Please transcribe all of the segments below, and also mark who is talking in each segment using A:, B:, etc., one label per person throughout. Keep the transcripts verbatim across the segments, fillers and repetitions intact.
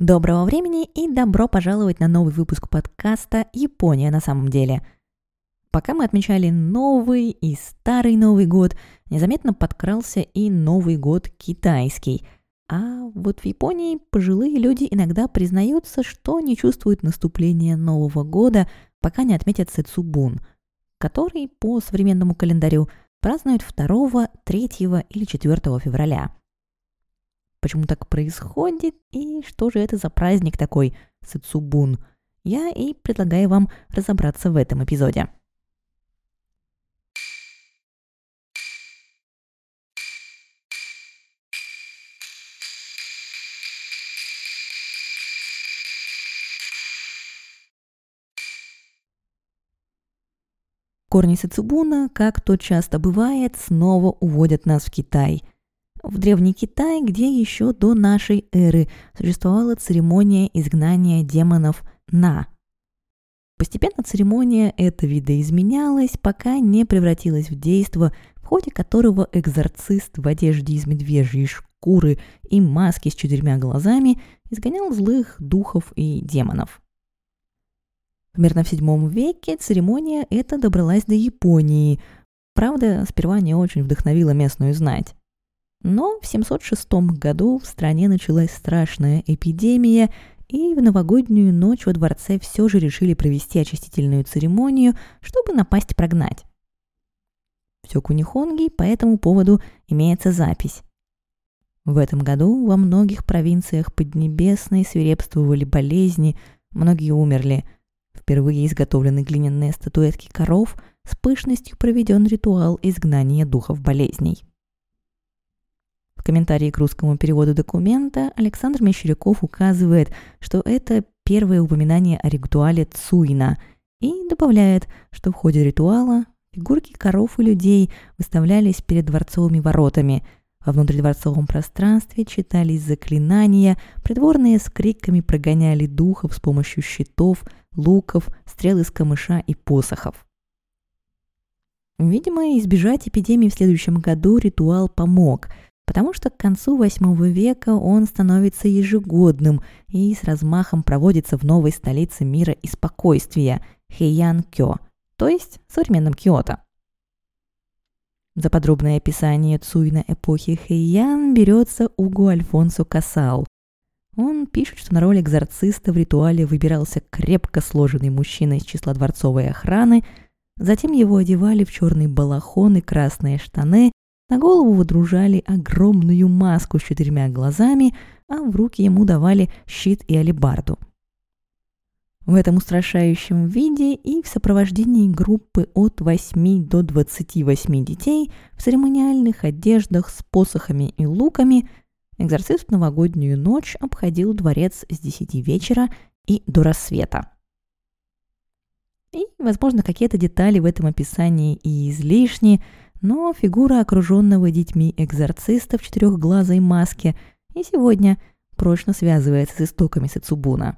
A: Доброго времени и добро пожаловать на новый выпуск подкаста «Япония на самом деле». Пока мы отмечали Новый и Старый Новый год, незаметно подкрался и Новый год китайский. А вот в Японии пожилые люди иногда признаются, что не чувствуют наступления Нового года, пока не отметят Сэцубун, который по современному календарю празднуют второго, третьего или четвертого февраля. Почему так происходит и что же это за праздник такой Сэцубун, я и предлагаю вам разобраться в этом эпизоде. Корни Сэцубуна, как то часто бывает, снова уводят нас в Китай. В Древний Китай, где еще до нашей эры существовала церемония изгнания демонов На. Постепенно церемония эта видоизменялась, пока не превратилась в действо, в ходе которого экзорцист в одежде из медвежьей шкуры и маске с четырьмя глазами изгонял злых духов и демонов. Примерно в седьмом веке церемония эта добралась до Японии. Правда, сперва не очень вдохновила местную знать. Но в семьсот шестом году в стране началась страшная эпидемия, и в новогоднюю ночь во дворце все же решили провести очистительную церемонию, чтобы напасть прогнать. В Сёкунихонги по этому поводу имеется запись. В этом году во многих провинциях Поднебесной свирепствовали болезни, многие умерли. Впервые изготовлены глиняные статуэтки коров, с пышностью проведен ритуал изгнания духов болезней. В комментарии к русскому переводу документа Александр Мещеряков указывает, что это первое упоминание о ритуале Цуина, и добавляет, что в ходе ритуала фигурки коров и людей выставлялись перед дворцовыми воротами. Во внутридворцовом пространстве читались заклинания, придворные с криками прогоняли духов с помощью щитов, луков, стрел из камыша и посохов. Видимо, избежать эпидемии в следующем году ритуал помог, потому что к концу восьмого века он становится ежегодным и с размахом проводится в новой столице мира и спокойствия – Хэйян-кё, то есть современном Киото. За подробное описание Цуина эпохи Хэйян берется Уго Альфонсо Касал. Он пишет, что на роль экзорциста в ритуале выбирался крепко сложенный мужчина из числа дворцовой охраны, затем его одевали в черный балахон и красные штаны, на голову водружали огромную маску с четырьмя глазами, а в руки ему давали щит и алебарду. В этом устрашающем виде и в сопровождении группы от восьми до двадцати восьми детей в церемониальных одеждах с посохами и луками экзорцист в новогоднюю ночь обходил дворец с десяти вечера и до рассвета. И, возможно, какие-то детали в этом описании и излишни, но фигура окруженного детьми экзорциста в четырехглазой маске и сегодня прочно связывается с истоками Сэцубуна.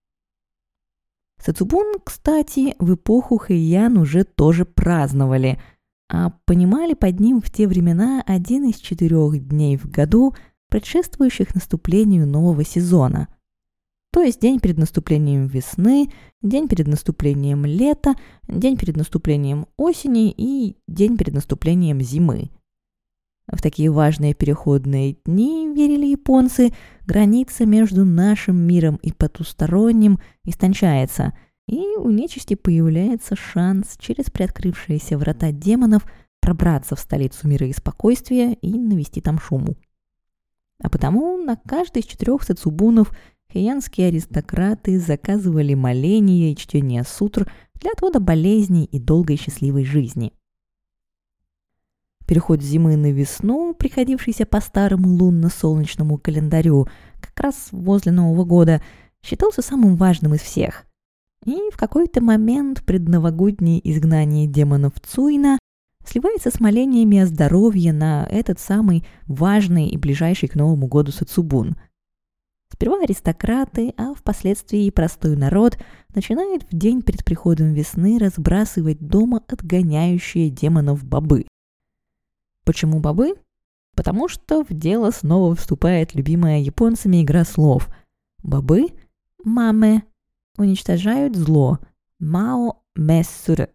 A: Сэцубун, кстати, в эпоху Хэйян уже тоже праздновали, а понимали под ним в те времена один из четырех дней в году, предшествующих наступлению нового сезона. То есть день перед наступлением весны, день перед наступлением лета, день перед наступлением осени и день перед наступлением зимы. В такие важные переходные дни, верили японцы, граница между нашим миром и потусторонним истончается, и у нечисти появляется шанс через приоткрывшиеся врата демонов пробраться в столицу мира и спокойствия и навести там шуму. А потому на каждый из четырех сэцубунов хэйянские аристократы заказывали моления и чтение сутр для отвода болезней и долгой счастливой жизни. Переход зимы на весну, приходившийся по старому лунно-солнечному календарю, как раз возле Нового года, считался самым важным из всех. И в какой-то момент предновогоднее изгнание демонов Цуина сливается с молениями о здоровье на этот самый важный и ближайший к Новому году Сэцубун. Сперва аристократы, а впоследствии и простой народ начинает в день перед приходом весны разбрасывать дома отгоняющие демонов бобы. Почему бобы? Потому что в дело снова вступает любимая японцами игра слов. бобы маме уничтожают зло мао мессур.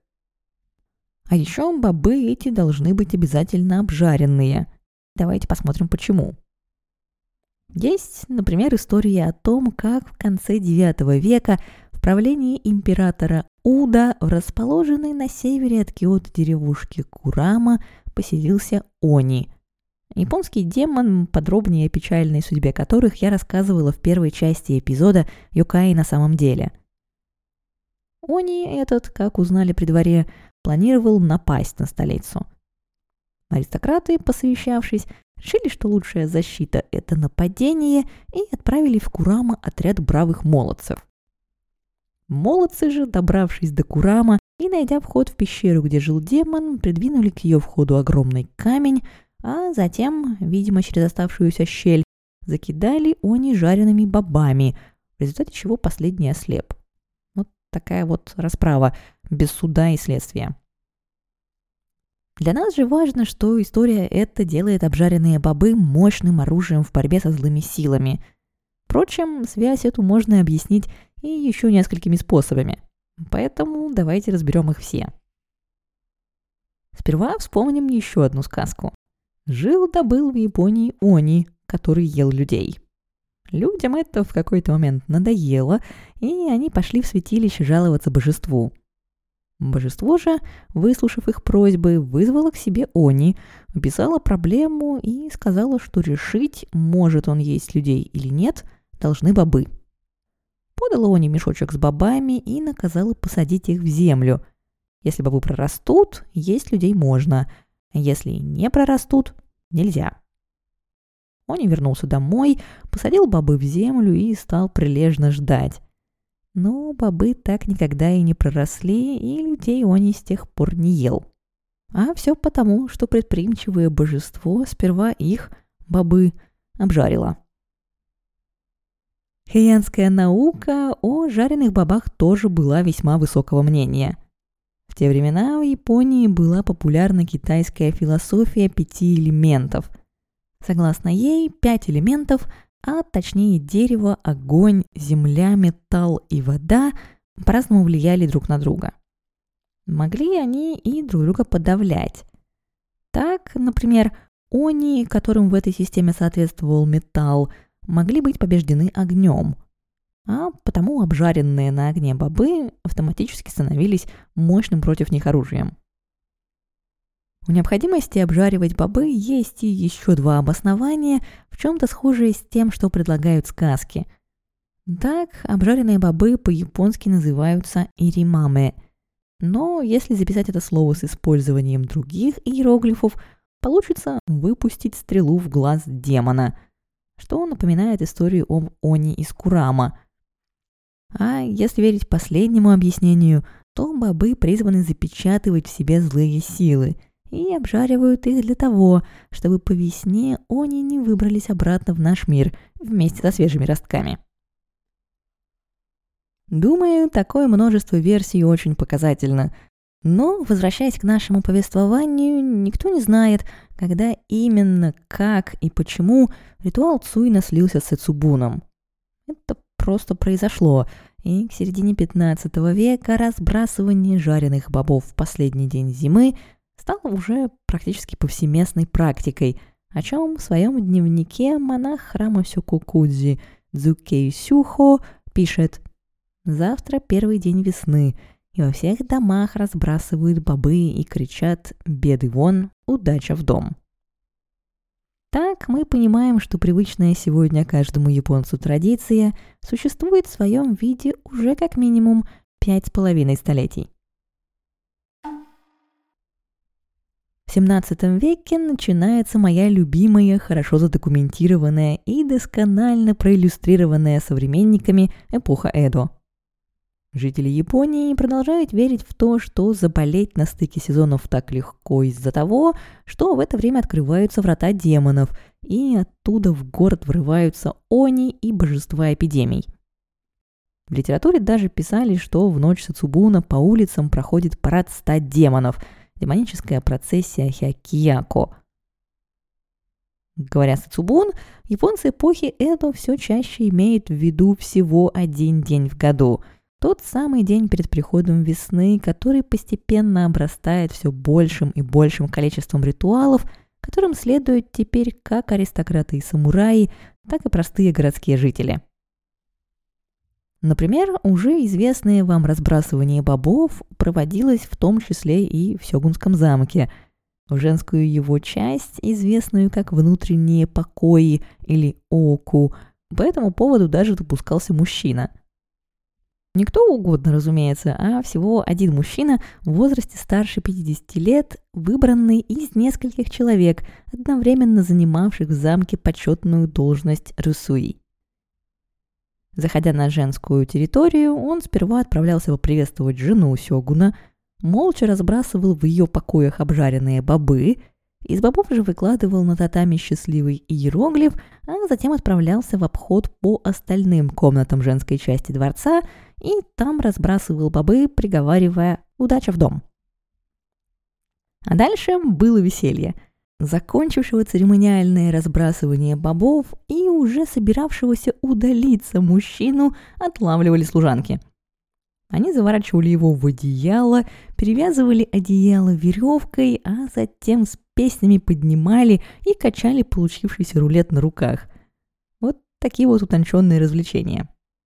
A: А еще бобы эти должны быть обязательно обжаренные. Давайте посмотрим почему. Есть, например, история о том, как в конце девятого века в правлении императора Уда в расположенной на севере от Киото деревушке Курама поселился Они. Японский демон, подробнее о печальной судьбе которых я рассказывала в первой части эпизода «Юкаи на самом деле». Они этот, как узнали при дворе, планировал напасть на столицу. Аристократы, посовещавшись, решили, что лучшая защита – это нападение, и отправили в Курама отряд бравых молодцев. Молодцы же, добравшись до Курама и найдя вход в пещеру, где жил демон, придвинули к ее входу огромный камень, а затем, видимо, через оставшуюся щель, закидали Они жареными бобами, в результате чего последний ослеп. Вот такая вот расправа, без суда и следствия. Для нас же важно, что история эта делает обжаренные бобы мощным оружием в борьбе со злыми силами. Впрочем, связь эту можно объяснить и еще несколькими способами. Поэтому давайте разберем их все. Сперва вспомним еще одну сказку. Жил да был в Японии Они, который ел людей. Людям это в какой-то момент надоело, и они пошли в святилище жаловаться божеству. Божество же, выслушав их просьбы, вызвало к себе Они, описало проблему и сказала, что решить, может он есть людей или нет, должны бобы. Подала Они мешочек с бобами и наказала посадить их в землю. Если бобы прорастут, есть людей можно, а если не прорастут, нельзя. Они вернулся домой, посадил бобы в землю и стал прилежно ждать. Но бобы так никогда и не проросли, и людей Они с тех пор не ел. А все потому, что предприимчивое божество сперва их, бобы, обжарило. Хэйянская наука о жареных бобах тоже была весьма высокого мнения. В те времена в Японии была популярна китайская философия пяти элементов. Согласно ей, пять элементов, а точнее дерево, огонь, земля, металл и вода, по-разному влияли друг на друга. Могли они и друг друга подавлять. Так, например, Они, которым в этой системе соответствовал металл, могли быть побеждены огнем, а потому обжаренные на огне бобы автоматически становились мощным против них оружием. У необходимости обжаривать бобы есть и еще два обоснования, в чем-то схожие с тем, что предлагают сказки. Так, обжаренные бобы по-японски называются иримаме, но если записать это слово с использованием других иероглифов, получится выпустить стрелу в глаз демона, что напоминает историю об Они из Курама. А если верить последнему объяснению, то бобы призваны запечатывать в себе злые силы и обжаривают их для того, чтобы по весне Они не выбрались обратно в наш мир вместе со свежими ростками. Думаю, такое множество версий очень показательно. Но, возвращаясь к нашему повествованию, никто не знает, когда именно, как и почему ритуал Цуйна слился с Сэцубуном. Это просто произошло, и к середине пятнадцатого века разбрасывание жареных бобов в последний день зимы стало уже практически повсеместной практикой, о чем в своем дневнике монах храма Сёкокудзи Дзукей Сюхо пишет: «Завтра первый день весны, и во всех домах разбрасывают бобы и кричат «беды вон, удача в дом». Так мы понимаем, что привычная сегодня каждому японцу традиция существует в своем виде уже как минимум пять с половиной столетий. В семнадцатом веке начинается моя любимая, хорошо задокументированная и досконально проиллюстрированная современниками эпоха Эдо. Жители Японии продолжают верить в то, что заболеть на стыке сезонов так легко из-за того, что в это время открываются врата демонов, и оттуда в город врываются они и божества эпидемий. В литературе даже писали, что в ночь Сэцубуна по улицам проходит парад ста демонов, демоническая процессия Хякияко. Говоря сэцубун, японцы эпохи Эдо все чаще имеют в виду всего один день в году. Тот самый день перед приходом весны, который постепенно обрастает все большим и большим количеством ритуалов, которым следуют теперь как аристократы и самураи, так и простые городские жители. Например, уже известное вам разбрасывание бобов проводилось в том числе и в Сёгунском замке. В женскую его часть, известную как внутренние покои или оку, по этому поводу даже допускался мужчина. Не кто угодно, разумеется, а всего один мужчина в возрасте старше пятидесяти лет, выбранный из нескольких человек, одновременно занимавших в замке почетную должность русуи. Заходя на женскую территорию, он сперва отправлялся поприветствовать жену сёгуна, молча разбрасывал в ее покоях обжаренные бобы, из бобов же выкладывал на татами счастливый иероглиф, а затем отправлялся в обход по остальным комнатам женской части дворца и там разбрасывал бобы, приговаривая «удача в дом». А дальше было веселье. Закончившего церемониальное разбрасывание бобов и уже собиравшегося удалиться мужчину отлавливали служанки. Они заворачивали его в одеяло, перевязывали одеяло веревкой, а затем с песнями поднимали и качали получившийся рулет на руках. Вот такие вот утонченные развлечения.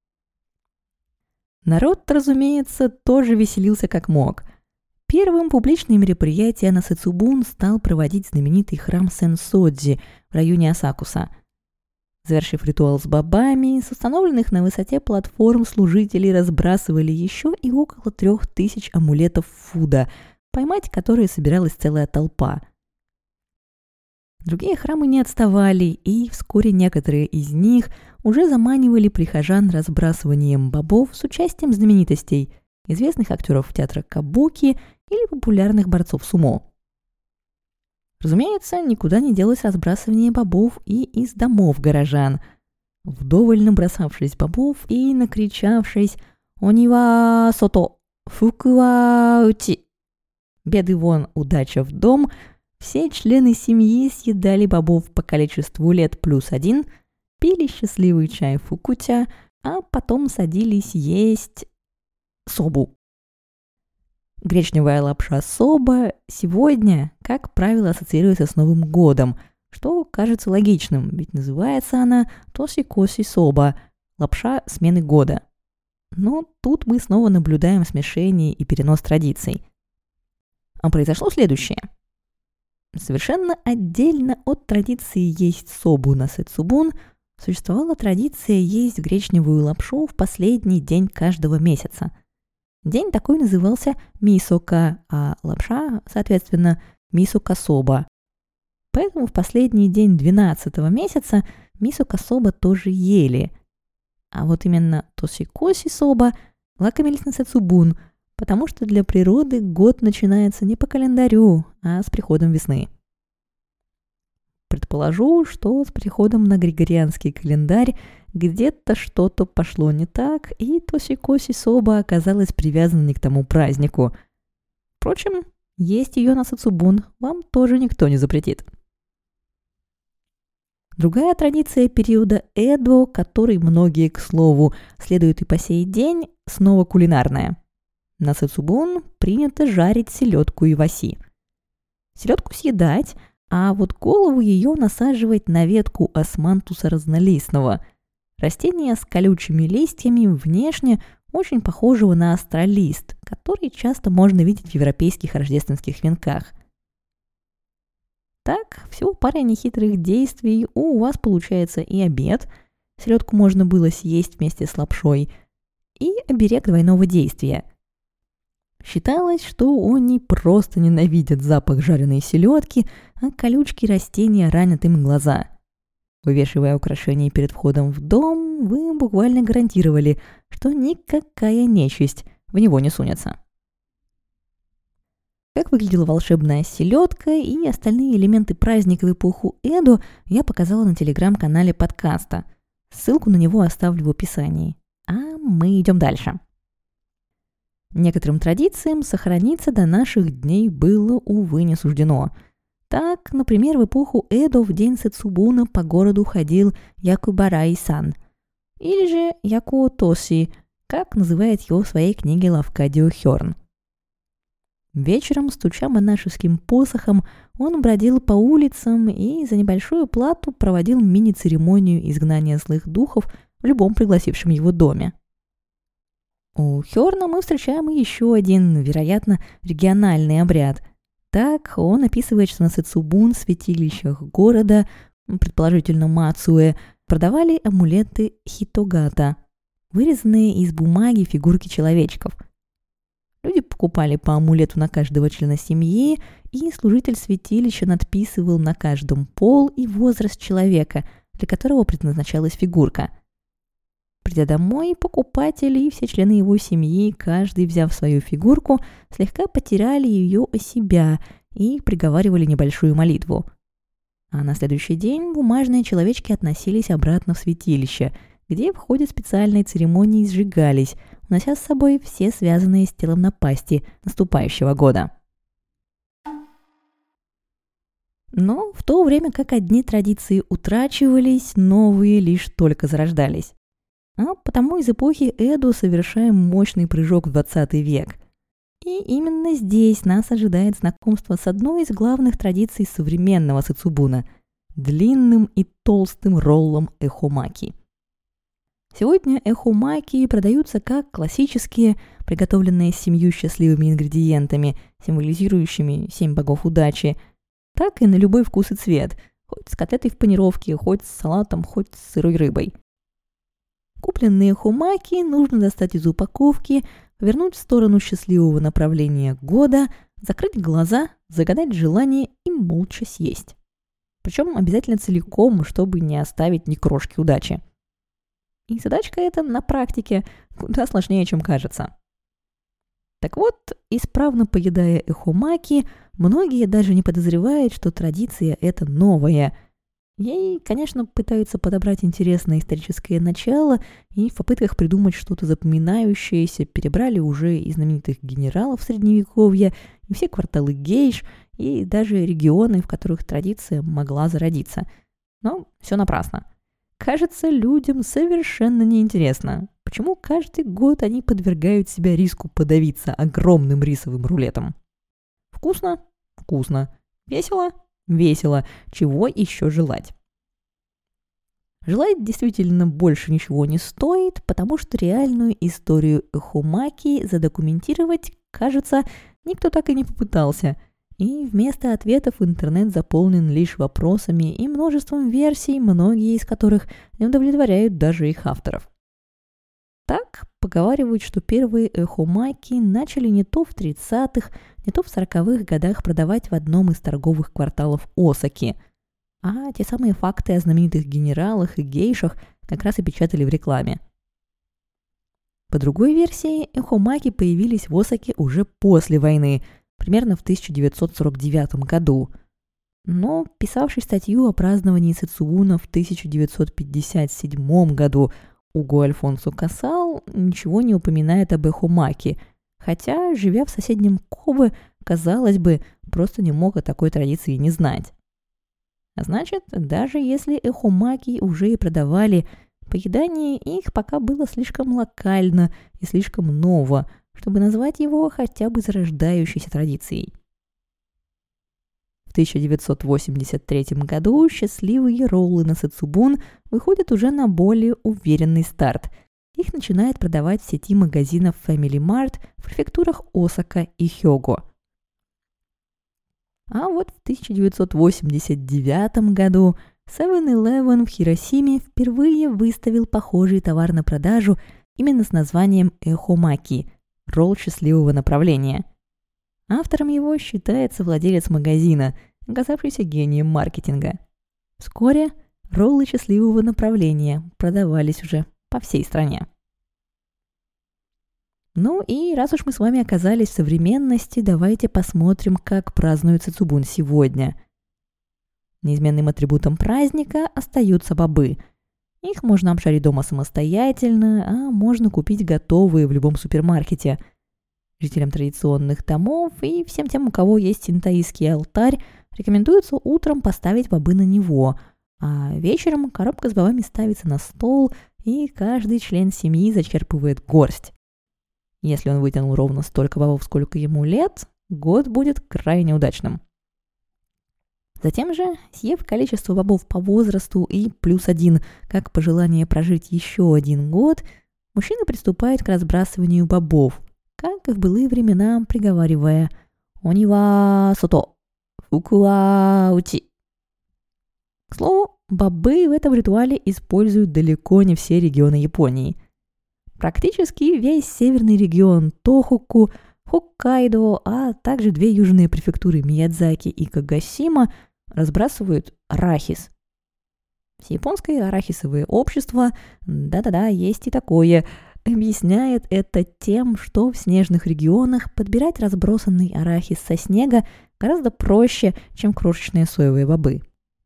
A: Народ, разумеется, тоже веселился как мог. Первым публичное мероприятие на сэцубун стал проводить знаменитый храм Сенсодзи в районе Асакуса. Завершив ритуал с бобами, с установленных на высоте платформ служители разбрасывали еще и около трех тысяч амулетов Фуда, поймать которые собиралась целая толпа. Другие храмы не отставали, и вскоре некоторые из них уже заманивали прихожан разбрасыванием бобов с участием знаменитостей, известных актеров театра кабуки или популярных борцов сумо. Разумеется, никуда не делось разбрасывание бобов и из домов горожан. Вдоволь набросавшись бобов и накричавшись «Они ва сото, фуку ва учи!» «Беды вон, удача в дом!», все члены семьи съедали бобов по количеству лет плюс один, пили счастливый чай фукутя, а потом садились есть собу. Гречневая лапша соба сегодня, как правило, ассоциируется с Новым годом, что кажется логичным, ведь называется она тоси-коси соба – лапша смены года. Но тут мы снова наблюдаем смешение и перенос традиций. А произошло следующее. Совершенно отдельно от традиции есть собу на сэцубун существовала традиция есть гречневую лапшу в последний день каждого месяца. День такой назывался мисока, а лапша, соответственно, мисока-соба. Поэтому в последний день двенадцатого месяца мисока-соба тоже ели. А вот именно тоси-коси-соба лакомились на сэцубун, потому что для природы год начинается не по календарю, а с приходом весны. Предположу, что с приходом на григорианский календарь где-то что-то пошло не так, и тоси-коси-соба оказалась привязана не к тому празднику. Впрочем, есть ее на сэцубун вам тоже никто не запретит. Другая традиция периода Эдо, которой многие, к слову, следуют и по сей день, снова кулинарная. На сэцубун принято жарить селедку иваси. Селедку съедать, а вот голову ее насаживать на ветку османтуса разнолистного. Растение с колючими листьями, внешне очень похожего на астролист, который часто можно видеть в европейских рождественских венках. Так, всего пара нехитрых действий, у вас получается и обед, селедку можно было съесть вместе с лапшой, и оберег двойного действия. Считалось, что они просто ненавидят запах жареной селедки, а колючки растения ранят им глаза. Вывешивая украшения перед входом в дом, вы буквально гарантировали, что никакая нечисть в него не сунется. Как выглядела волшебная селедка и остальные элементы праздника в эпоху Эдо, я показала на телеграм-канале подкаста. Ссылку на него оставлю в описании. А мы идем дальше. Некоторым традициям сохраниться до наших дней было, увы, не суждено. Так, например, в эпоху Эдо в день Сэцубуна по городу ходил Якубарай-сан, или же Якуотоси, как называет его в своей книге Лавкадио Хёрн. Вечером, стуча монашеским посохом, он бродил по улицам и за небольшую плату проводил мини-церемонию изгнания злых духов в любом пригласившем его доме. У Хёрна мы встречаем еще один, вероятно, региональный обряд. Так, он описывает, что на Сэцубун в святилищах города, предположительно Мацуэ, продавали амулеты хитогата, вырезанные из бумаги фигурки человечков. Люди покупали по амулету на каждого члена семьи, и служитель святилища надписывал на каждом пол и возраст человека, для которого предназначалась фигурка. Придя домой, покупатели и все члены его семьи, каждый, взяв свою фигурку, слегка потеряли ее о себя и приговаривали небольшую молитву. А на следующий день бумажные человечки относились обратно в святилище, где в ходе специальной церемонии сжигались, унося с собой все связанные с телом напасти наступающего года. Но в то время как одни традиции утрачивались, новые лишь только зарождались. А потому из эпохи Эдо совершаем мощный прыжок в двадцатый век. И именно здесь нас ожидает знакомство с одной из главных традиций современного Сэцубуна – длинным и толстым роллом эхомаки. Сегодня эхомаки продаются как классические, приготовленные семью счастливыми ингредиентами, символизирующими семь богов удачи, так и на любой вкус и цвет, хоть с котлетой в панировке, хоть с салатом, хоть с сырой рыбой. Купленные эхомаки нужно достать из упаковки, повернуть в сторону счастливого направления года, закрыть глаза, загадать желание и молча съесть. Причем обязательно целиком, чтобы не оставить ни крошки удачи. И задачка эта на практике куда сложнее, чем кажется. Так вот, исправно поедая эхомаки, многие даже не подозревают, что традиция эта новая. Ей, конечно, пытаются подобрать интересное историческое начало и в попытках придумать что-то запоминающееся перебрали уже и знаменитых генералов Средневековья, и все кварталы гейш, и даже регионы, в которых традиция могла зародиться. Но все напрасно. Кажется, людям совершенно неинтересно, почему каждый год они подвергают себя риску подавиться огромным рисовым рулетом. Вкусно? Вкусно. Весело? Весело. Чего еще желать? Желать действительно больше ничего не стоит, потому что реальную историю эхомаки задокументировать, кажется, никто так и не попытался. И вместо ответов интернет заполнен лишь вопросами и множеством версий, многие из которых не удовлетворяют даже их авторов. Так, поговаривают, что первые эхомаки начали не то в тридцатых, не то в сороковых годах продавать в одном из торговых кварталов Осаки, а те самые факты о знаменитых генералах и гейшах как раз и печатали в рекламе. По другой версии, эхомаки появились в Осаке уже после войны, примерно в тысяча девятьсот сорок девятом году. Но писавший статью о праздновании Сэцубуна в тысяча девятьсот пятьдесят седьмом году Уго Альфонсо Касал ничего не упоминает об эхомаки, хотя, живя в соседнем Кобе, казалось бы, просто не мог о такой традиции не знать. А значит, даже если эхомаки уже и продавали, поедание их пока было слишком локально и слишком ново, чтобы назвать его хотя бы зарождающейся традицией. В тысяча девятьсот восемьдесят третьем году счастливые роллы на Сэцубун выходят уже на более уверенный старт. Их начинает продавать в сети магазинов Family Mart в префектурах Осака и Хёго. А вот в тысяча девятьсот восемьдесят девятом году севен-Элевен в Хиросиме впервые выставил похожий товар на продажу именно с названием эхомаки – ролл счастливого направления. Автором его считается владелец магазина, оказавшийся гением маркетинга. Вскоре роллы счастливого направления продавались уже по всей стране. Ну и раз уж мы с вами оказались в современности, давайте посмотрим, как празднуют Сэцубун сегодня. Неизменным атрибутом праздника остаются бобы. Их можно обжарить дома самостоятельно, а можно купить готовые в любом супермаркете. Жителям традиционных домов и всем тем, у кого есть синтоистский алтарь, Рекомендуется утром поставить бобы на него, а вечером коробка с бобами ставится на стол, и каждый член семьи зачерпывает горсть. Если он вытянул ровно столько бобов, сколько ему лет, год будет крайне удачным. Затем же, съев количество бобов по возрасту и плюс один, как пожелание прожить еще один год, мужчина приступает к разбрасыванию бобов, как и в былые времена, приговаривая «Они ва сото, фуку ва учи». К слову, бобы в этом ритуале используют далеко не все регионы Японии. Практически весь северный регион Тохоку, Хоккайдо, а также две южные префектуры Миядзаки и Кагасима разбрасывают арахис. Всеяпонское арахисовое общество, да-да-да, есть и такое, объясняет это тем, что в снежных регионах подбирать разбросанный арахис со снега гораздо проще, чем крошечные соевые бобы.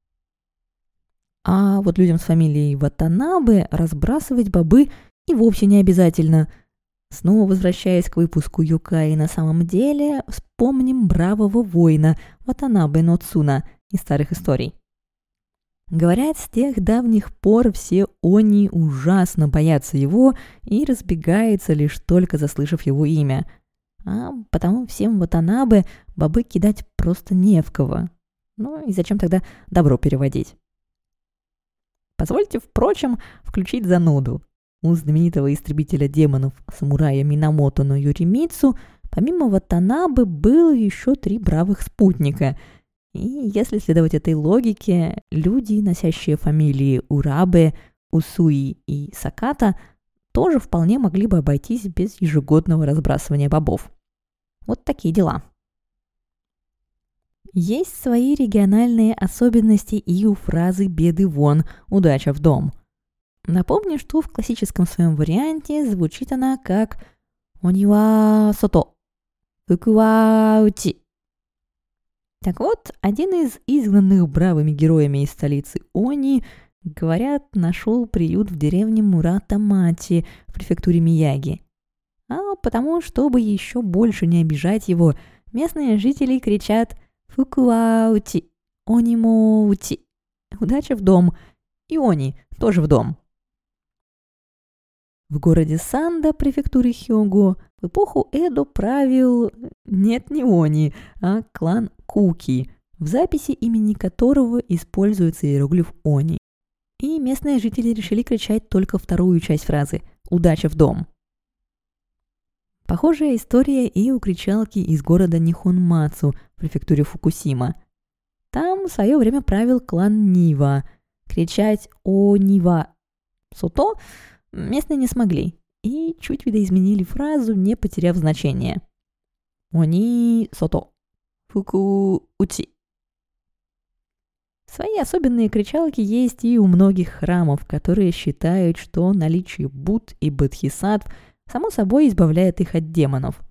A: А вот людям с фамилией Ватанабе разбрасывать бобы и вовсе не обязательно. Снова возвращаясь к выпуску Юкаи на самом деле, вспомним бравого воина Ватанабе но Цуна из старых историй. Говорят, с тех давних пор все они ужасно боятся его и разбегаются, лишь только заслышав его имя. А потому всем Ватанабе бобы кидать просто не в кого. Ну и зачем тогда добро переводить? Позвольте, впрочем, включить зануду. У знаменитого истребителя демонов самурая Минамото но Юримицу помимо Ватанабе было еще три бравых спутника. И если следовать этой логике, люди, носящие фамилии Урабе, Усуи и Саката, тоже вполне могли бы обойтись без ежегодного разбрасывания бобов. Вот такие дела. Есть свои региональные особенности и у фразы «беды вон, удача в дом». Напомню, что в классическом своем варианте звучит она как «Они ва сото, фуку ва учи». Так вот, один из изгнанных бравыми героями из столицы Они, говорят, нашел приют в деревне Мурата-Мачи в префектуре Мияги. А потому, чтобы еще больше не обижать его, местные жители кричат «Фуку ва учи, они мо учи». Удача в дом. И они тоже в дом. В городе Санда, префектуре Хёго, в эпоху Эдо правил нет не они, а клан Куки, в записи имени которого используется иероглиф они. И местные жители решили кричать только вторую часть фразы «Удача в дом». Похожая история и у кричалки из города Нихонмацу, в префектуре Фукусима. Там в свое время правил клан Нива. Кричать «О, Нива! Сото!» местные не смогли и чуть видоизменили фразу, не потеряв значение. «Они сото, фуку учи». Свои особенные кричалки есть и у многих храмов, которые считают, что наличие Будд и Бодхисаттв само собой избавляет их от демонов.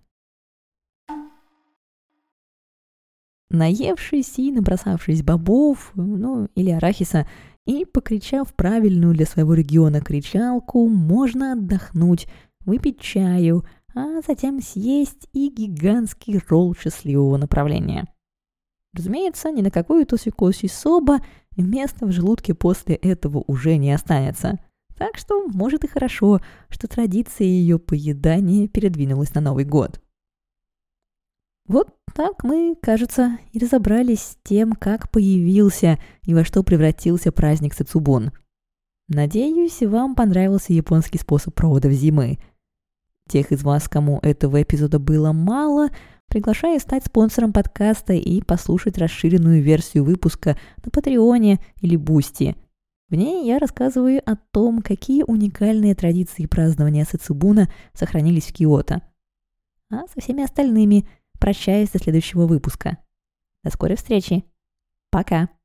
A: Наевшись и набросавшись бобов, ну или арахиса, и покричав правильную для своего региона кричалку, можно отдохнуть, выпить чаю, а затем съесть и гигантский ролл счастливого направления. Разумеется, ни на какую тосикоси соба места в желудке после этого уже не останется. Так что, может и хорошо, что традиция ее поедания передвинулась на Новый год. Вот так мы, кажется, и разобрались с тем, как появился и во что превратился праздник Сэцубун. Надеюсь, вам понравился японский способ проводов зимы. Тех из вас, кому этого эпизода было мало, приглашаю стать спонсором подкаста и послушать расширенную версию выпуска на Патреоне или Бусти. В ней я рассказываю о том, какие уникальные традиции празднования Сэцубуна сохранились в Киото. А со всеми остальными прощаюсь до следующего выпуска. До скорой встречи. Пока.